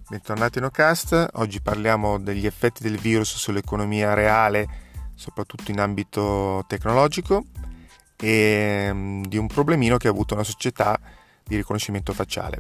Bentornati in Ocast. Oggi parliamo degli effetti del virus sull'economia reale, soprattutto in ambito tecnologico, e di un problemino che ha avuto una società di riconoscimento facciale.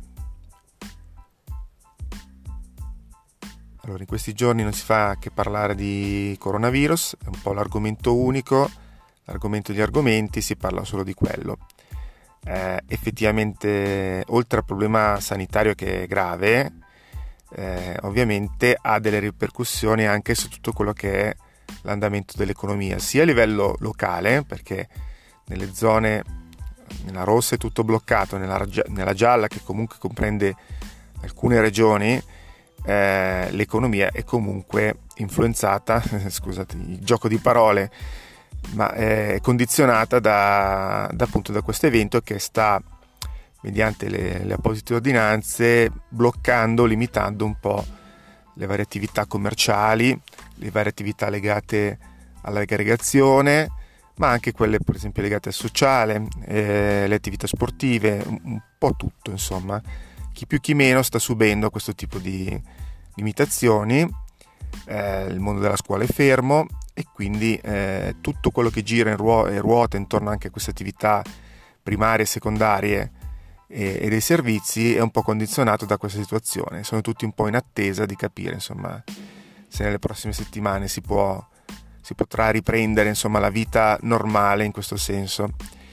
Allora, in questi giorni non si fa che parlare di coronavirus, è un po' l'argomento unico, l'argomento di argomenti, si parla solo di quello. Effettivamente, oltre al problema sanitario che è grave, ovviamente ha delle ripercussioni anche su tutto quello che è l'andamento dell'economia, sia a livello locale, perché nelle zone, nella rossa è tutto bloccato, nella gialla, che comunque comprende alcune regioni, l'economia è comunque influenzata, scusate il gioco di parole, ma è condizionata appunto da questo evento che sta, mediante le apposite ordinanze, bloccando, limitando un po' le varie attività commerciali, le varie attività legate all'aggregazione, ma anche quelle per esempio legate al sociale, le attività sportive, un po' tutto insomma. Chi più chi meno sta subendo questo tipo di limitazioni, il mondo della scuola è fermo e quindi tutto quello che gira e ruota intorno anche a queste attività primarie e secondarie e dei servizi è un po' condizionato da questa situazione. Sono tutti un po' in attesa di capire insomma se nelle prossime settimane si potrà riprendere insomma la vita normale in questo senso.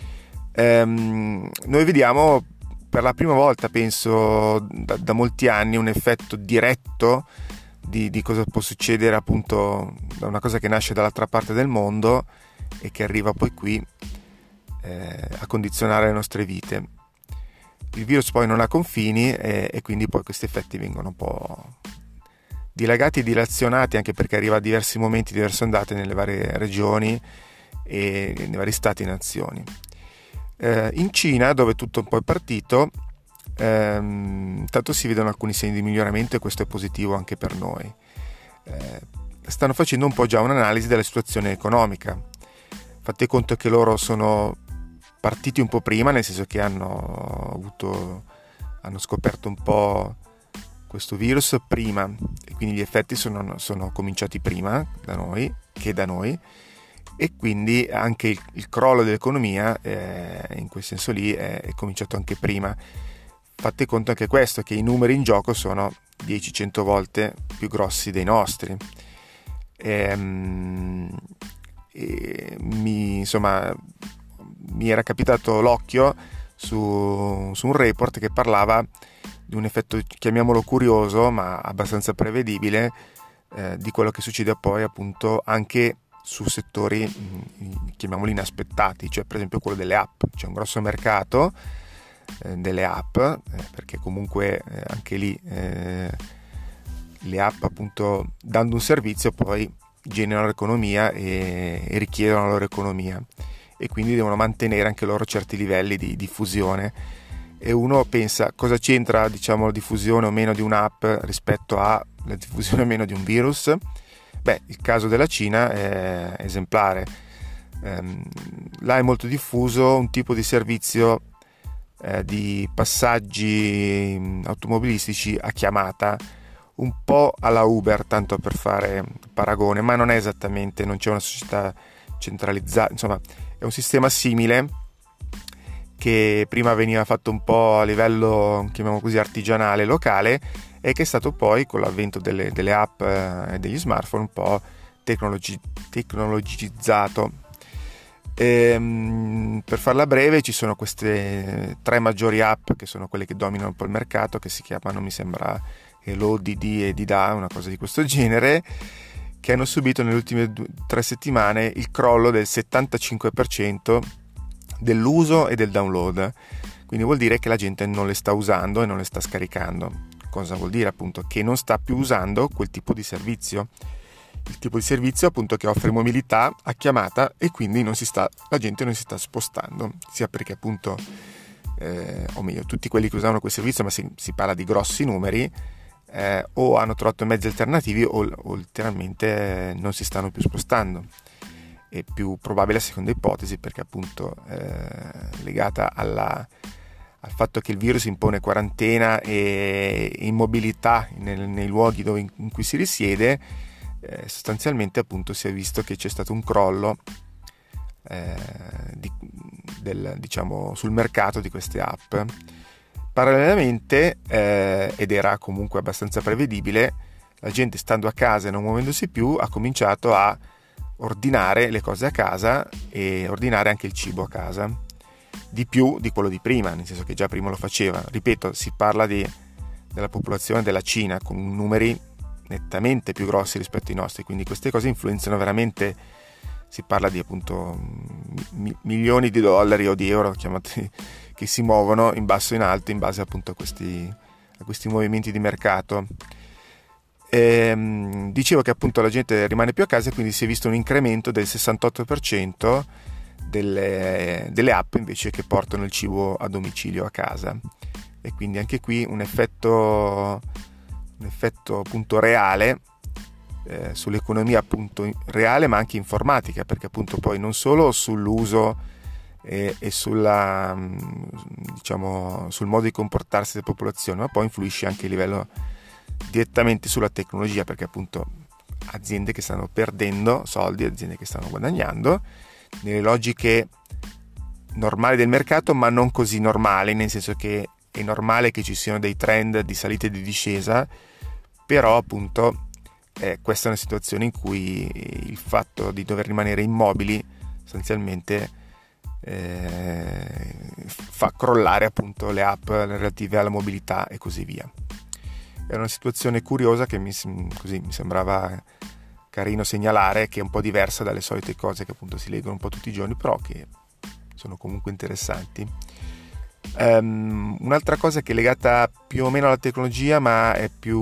Noi vediamo per la prima volta, penso da molti anni, un effetto diretto di cosa può succedere appunto da una cosa che nasce dall'altra parte del mondo e che arriva poi qui a condizionare le nostre vite. Il virus poi non ha confini e quindi poi questi effetti vengono un po' dilagati e dilazionati, anche perché arriva a diversi momenti, diverse ondate nelle varie regioni e nei vari stati e nazioni. In Cina, dove tutto un po' è partito, intanto si vedono alcuni segni di miglioramento e questo è positivo anche per noi. Stanno facendo un po' già un'analisi della situazione economica. Fate conto che loro sono partiti un po' prima, nel senso che hanno scoperto un po' questo virus prima e quindi gli effetti sono cominciati prima da noi e quindi anche il crollo dell'economia in quel senso lì è cominciato anche prima. Fate conto anche questo, che i numeri in gioco sono 10-100 volte più grossi dei nostri. Mi era capitato l'occhio su un report che parlava di un effetto, chiamiamolo curioso, ma abbastanza prevedibile, di quello che succede poi appunto anche su settori, chiamiamoli inaspettati, cioè per esempio quello delle app. C'è un grosso mercato delle app, perché comunque anche lì le app appunto, dando un servizio, poi generano l'economia e richiedono la loro economia e quindi devono mantenere anche loro certi livelli di diffusione. E uno pensa, cosa c'entra diciamo la diffusione o meno di un'app rispetto alla diffusione o meno di un virus? Beh, il caso della Cina è esemplare. Là è molto diffuso un tipo di servizio di passaggi automobilistici a chiamata, un po' alla Uber, tanto per fare paragone, ma non è esattamente, non c'è una società centralizzata, insomma è un sistema simile che prima veniva fatto un po' a livello, chiamiamolo così, artigianale, locale, e che è stato poi con l'avvento delle app e degli smartphone un po' tecnologizzato. Per farla breve, ci sono queste 3 maggiori app che sono quelle che dominano un po' il mercato, che si chiamano, mi sembra, Hello, Didi e Dida, una cosa di questo genere, che hanno subito nelle ultime 3 settimane il crollo del 75% dell'uso e del download. Quindi vuol dire che la gente non le sta usando e non le sta scaricando. Cosa vuol dire appunto? Che non sta più usando quel tipo di servizio, il tipo di servizio appunto che offre mobilità a chiamata, e quindi la gente non si sta spostando, sia perché appunto o meglio tutti quelli che usavano quel servizio, ma si parla di grossi numeri, o hanno trovato mezzi alternativi o letteralmente non si stanno più spostando. È più probabile la seconda ipotesi, perché appunto legata al fatto che il virus impone quarantena e immobilità nei luoghi in cui si risiede, sostanzialmente appunto si è visto che c'è stato un crollo diciamo, sul mercato di queste app. Parallelamente, ed era comunque abbastanza prevedibile, la gente, stando a casa e non muovendosi più, ha cominciato a ordinare le cose a casa e ordinare anche il cibo a casa, di più di quello di prima, nel senso che già prima lo faceva. Ripeto, si parla della popolazione della Cina con numeri nettamente più grossi rispetto ai nostri, quindi queste cose influenzano veramente. Si parla di appunto milioni di dollari o di euro, chiamati, che si muovono in basso e in alto in base appunto a questi movimenti di mercato. Dicevo che appunto la gente rimane più a casa e quindi si è visto un incremento del 68% delle app invece che portano il cibo a domicilio a casa, e quindi anche qui un effetto appunto reale sull'economia appunto reale, ma anche informatica, perché appunto poi non solo sull'uso e sulla, diciamo, sul modo di comportarsi della popolazione, ma poi influisce anche a livello direttamente sulla tecnologia, perché appunto aziende che stanno perdendo soldi, aziende che stanno guadagnando nelle logiche normali del mercato, ma non così normali, nel senso che è normale che ci siano dei trend di salita e di discesa, però appunto questa è una situazione in cui il fatto di dover rimanere immobili sostanzialmente fa crollare appunto le app relative alla mobilità e così via. È una situazione curiosa che mi sembrava carino segnalare, che è un po' diversa dalle solite cose che appunto si leggono un po' tutti i giorni, però che sono comunque interessanti. Un'altra cosa che è legata più o meno alla tecnologia, ma è più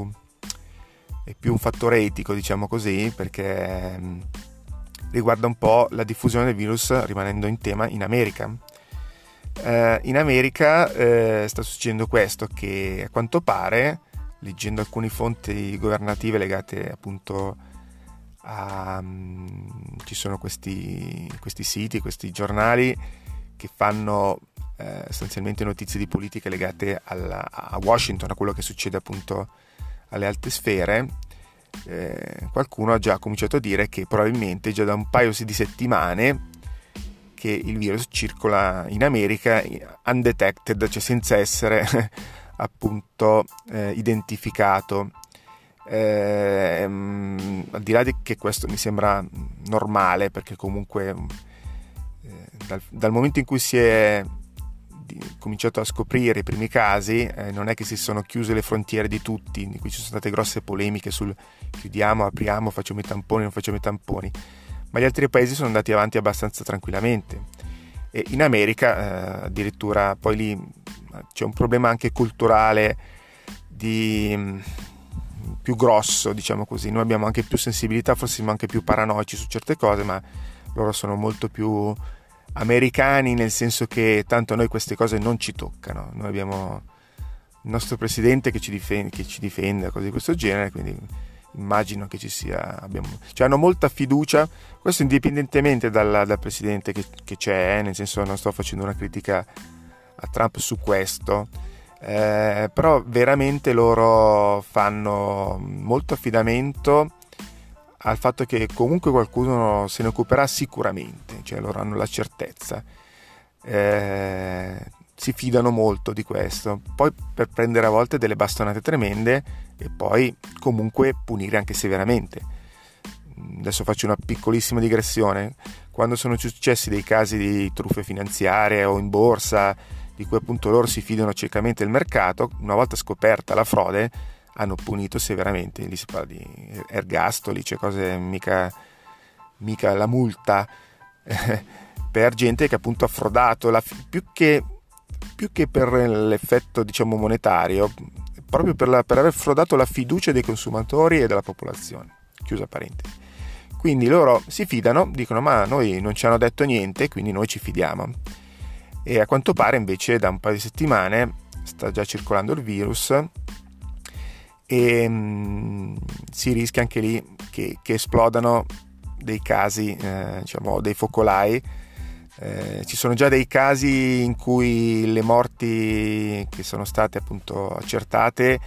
un fattore etico, diciamo così, perché riguarda un po' la diffusione del virus, rimanendo in tema, in America. In America sta succedendo questo, che a quanto pare, leggendo alcune fonti governative legate appunto a ci sono questi siti, questi giornali che fanno sostanzialmente notizie di politica legate a Washington, a quello che succede appunto alle alte sfere. Qualcuno ha già cominciato a dire che probabilmente già da un paio di settimane che il virus circola in America undetected, cioè senza essere appunto identificato. Al di là di che questo mi sembra normale, perché comunque dal momento in cui si è cominciato a scoprire i primi casi, non è che si sono chiuse le frontiere di tutti, di cui ci sono state grosse polemiche sul chiudiamo, apriamo, facciamo i tamponi, non facciamo i tamponi, ma gli altri paesi sono andati avanti abbastanza tranquillamente. E in America addirittura poi lì c'è un problema anche culturale più grosso, diciamo così. Noi abbiamo anche più sensibilità, forse siamo anche più paranoici su certe cose, ma loro sono molto più americani, nel senso che tanto a noi queste cose non ci toccano. Noi abbiamo il nostro presidente che ci difende, cose di questo genere, quindi immagino che cioè hanno molta fiducia, questo indipendentemente dal presidente che c'è, nel senso non sto facendo una critica a Trump su questo, però veramente loro fanno molto affidamento al fatto che comunque qualcuno se ne occuperà sicuramente, cioè loro hanno la certezza, si fidano molto di questo, poi per prendere a volte delle bastonate tremende e poi comunque punire anche severamente. Adesso faccio una piccolissima digressione: quando sono successi dei casi di truffe finanziarie o in borsa, di cui appunto loro si fidano ciecamente del mercato, una volta scoperta la frode hanno punito severamente. Lì si parla di ergastoli, cioè cose mica la multa per gente che appunto ha frodato più che per l'effetto, diciamo, monetario, proprio per aver frodato la fiducia dei consumatori e della popolazione, chiusa parentesi. Quindi loro si fidano, dicono ma noi non ci hanno detto niente, quindi noi ci fidiamo. E a quanto pare invece da un paio di settimane sta già circolando il virus e si rischia anche lì che esplodano dei casi, diciamo dei focolai Ci sono già dei casi in cui le morti che sono state appunto accertate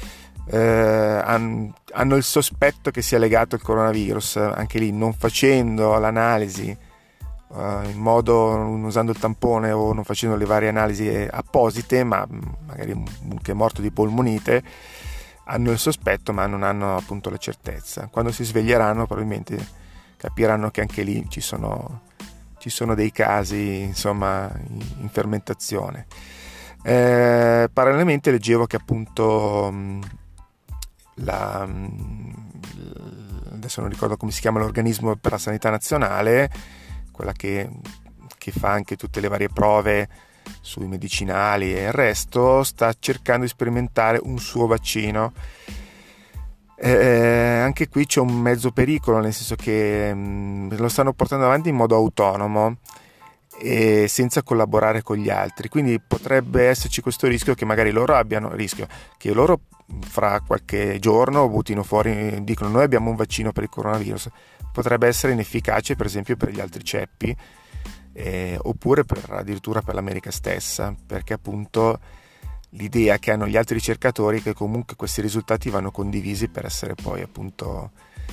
hanno il sospetto che sia legato al coronavirus, anche lì non facendo l'analisi non usando il tampone o non facendo le varie analisi apposite, ma magari che è morto di polmonite, hanno il sospetto ma non hanno appunto la certezza. Quando si sveglieranno probabilmente capiranno che anche lì ci sono dei casi, insomma, in fermentazione. Parallelamente leggevo che appunto adesso non ricordo come si chiama l'organismo per la sanità nazionale, quella che fa anche tutte le varie prove sui medicinali e il resto, sta cercando di sperimentare un suo vaccino. Anche qui c'è un mezzo pericolo, nel senso che lo stanno portando avanti in modo autonomo e senza collaborare con gli altri, quindi potrebbe esserci questo rischio che magari loro fra qualche giorno buttino fuori, dicono noi abbiamo un vaccino per il coronavirus, potrebbe essere inefficace per esempio per gli altri ceppi, oppure addirittura per l'America stessa, perché appunto l'idea che hanno gli altri ricercatori è che comunque questi risultati vanno condivisi per essere poi appunto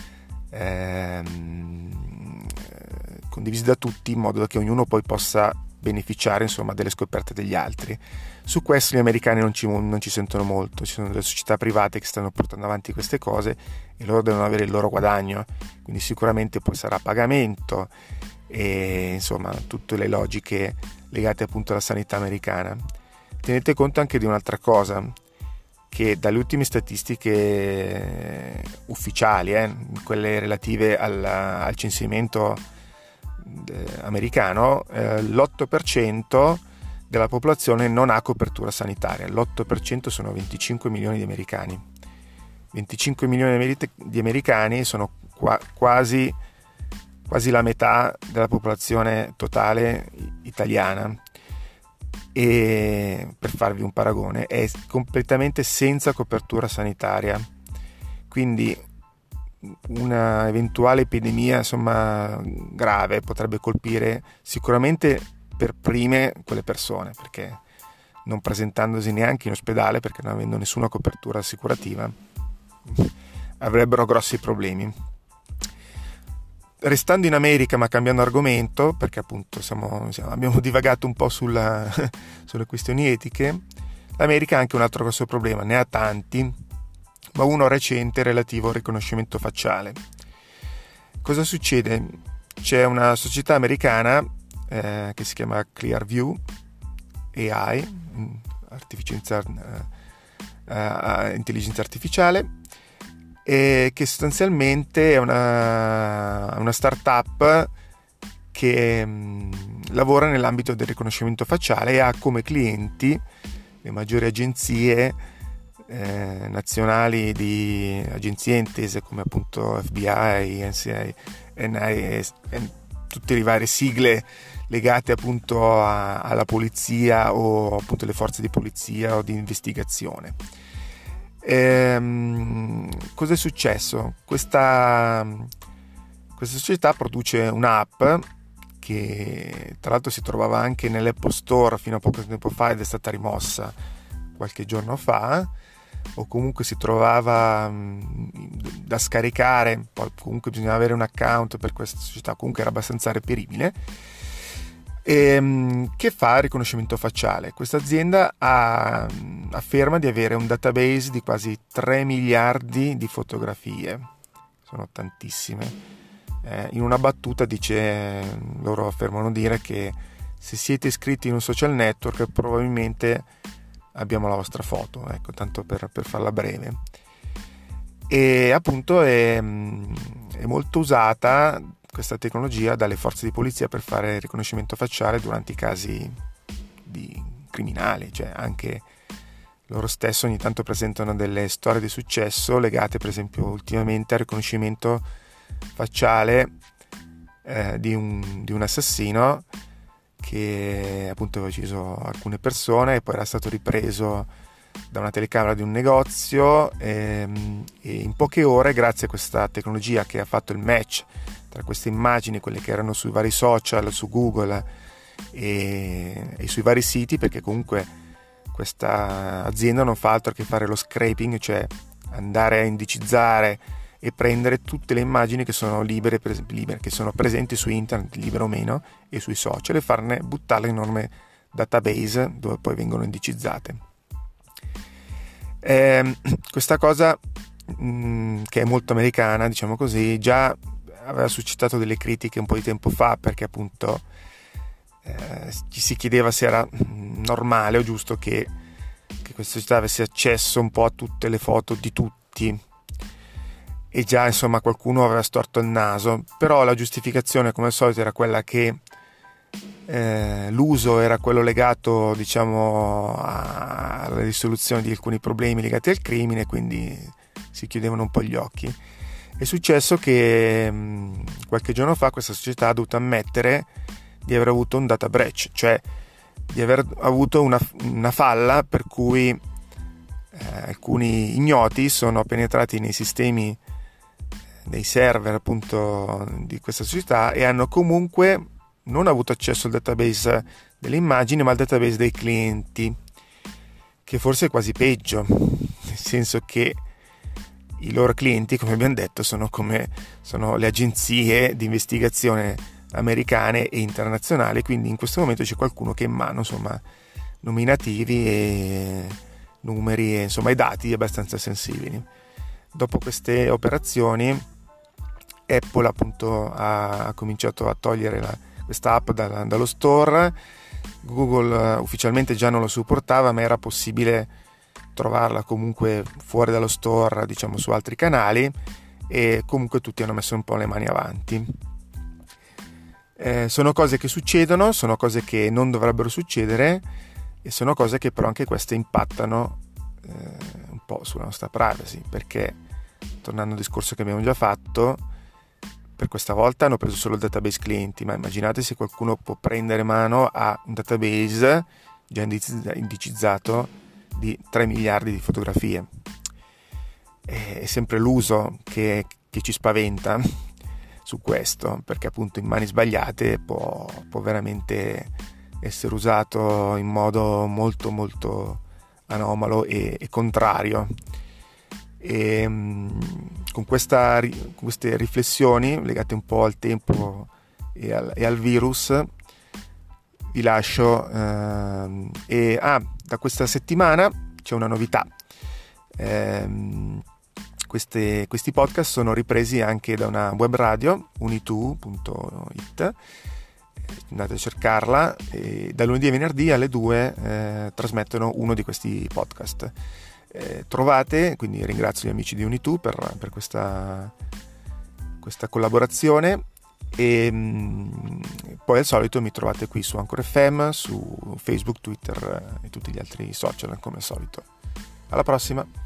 condivisi da tutti, in modo che ognuno poi possa beneficiare insomma delle scoperte degli altri. Su questo gli americani non ci sentono molto, ci sono delle società private che stanno portando avanti queste cose e loro devono avere il loro guadagno, quindi sicuramente poi sarà pagamento e insomma tutte le logiche legate appunto alla sanità americana. Tenete conto anche di un'altra cosa, che dalle ultime statistiche ufficiali, quelle relative al censimento americano, l'8% della popolazione non ha copertura sanitaria. L'8% sono 25 milioni di americani. 25 milioni di americani sono quasi la metà della popolazione totale italiana. E per farvi un paragone, è completamente senza copertura sanitaria, quindi una eventuale epidemia insomma grave potrebbe colpire sicuramente per prime quelle persone, perché non presentandosi neanche in ospedale, perché non avendo nessuna copertura assicurativa, avrebbero grossi problemi. Restando in America ma cambiando argomento, perché appunto abbiamo divagato un po' sulle questioni etiche, l'America ha anche un altro grosso problema, ne ha tanti, ma uno recente relativo al riconoscimento facciale. Cosa succede? C'è una società americana che si chiama Clearview AI, intelligenza artificiale, e che sostanzialmente è una startup che lavora nell'ambito del riconoscimento facciale e ha come clienti le maggiori agenzie nazionali, di agenzie intese come appunto FBI, NCA, NIS, tutte le varie sigle legate appunto alla polizia o appunto le forze di polizia o di investigazione. Cosa è successo? Questa società produce un'app che tra l'altro si trovava anche nell'Apple Store fino a poco tempo fa ed è stata rimossa qualche giorno fa, o comunque si trovava da scaricare, poi comunque bisognava avere un account per questa società, comunque era abbastanza reperibile, che fa riconoscimento facciale. Questa azienda afferma di avere un database di quasi 3 miliardi di fotografie, sono tantissime. In una battuta loro affermano dire che se siete iscritti in un social network probabilmente abbiamo la vostra foto, ecco, tanto per farla breve. E appunto è molto usata questa tecnologia dalle forze di polizia per fare riconoscimento facciale durante i casi di criminali, cioè anche loro stesso ogni tanto presentano delle storie di successo legate per esempio ultimamente al riconoscimento facciale di un assassino che appunto aveva ucciso alcune persone e poi era stato ripreso da una telecamera di un negozio e in poche ore, grazie a questa tecnologia che ha fatto il match tra queste immagini, quelle che erano sui vari social, su Google e sui vari siti, perché comunque questa azienda non fa altro che fare lo scraping, cioè andare a indicizzare e prendere tutte le immagini che sono libere, che sono presenti su internet, libere o meno, e sui social, e buttarle in enorme database dove poi vengono indicizzate. Questa cosa che è molto americana, diciamo così, già aveva suscitato delle critiche un po' di tempo fa, perché appunto ci si chiedeva se era normale o giusto che questa società avesse accesso un po' a tutte le foto di tutti, e già insomma qualcuno aveva storto il naso, però la giustificazione come al solito era quella che l'uso era quello legato, diciamo, alla risoluzione di alcuni problemi legati al crimine, quindi si chiudevano un po' gli occhi. È successo che qualche giorno fa questa società ha dovuto ammettere di aver avuto un data breach, cioè di aver avuto una falla per cui alcuni ignoti sono penetrati nei sistemi dei server appunto di questa società e hanno comunque non avuto accesso al database delle immagini, ma al database dei clienti, che forse è quasi peggio, nel senso che i loro clienti, come abbiamo detto, sono le agenzie di investigazione americane e internazionali, quindi in questo momento c'è qualcuno che ha in mano insomma nominativi e numeri e insomma i dati abbastanza sensibili. Dopo queste operazioni Apple appunto ha cominciato a togliere questa app dallo store. Google ufficialmente già non lo supportava, ma era possibile trovarla comunque fuori dallo store, diciamo su altri canali, e comunque tutti hanno messo un po' le mani avanti. Sono cose che succedono, sono cose che non dovrebbero succedere, e sono cose che però anche queste impattano un po' sulla nostra privacy, perché tornando al discorso che abbiamo già fatto, per questa volta hanno preso solo il database clienti, ma immaginate se qualcuno può prendere mano a un database già indicizzato di 3 miliardi di fotografie. È sempre l'uso che ci spaventa su questo, perché appunto in mani sbagliate può veramente essere usato in modo molto molto anomalo e contrario. E con queste riflessioni legate un po' al tempo e al virus vi lascio da questa settimana c'è una novità. Questi podcast sono ripresi anche da una web radio, unitu.it, andate a cercarla, e da lunedì a venerdì alle 2 trasmettono uno di questi podcast. Trovate, quindi ringrazio gli amici di Unitu per questa collaborazione, e poi al solito mi trovate qui su Anchor FM, su Facebook, Twitter e tutti gli altri social come al solito. Alla prossima!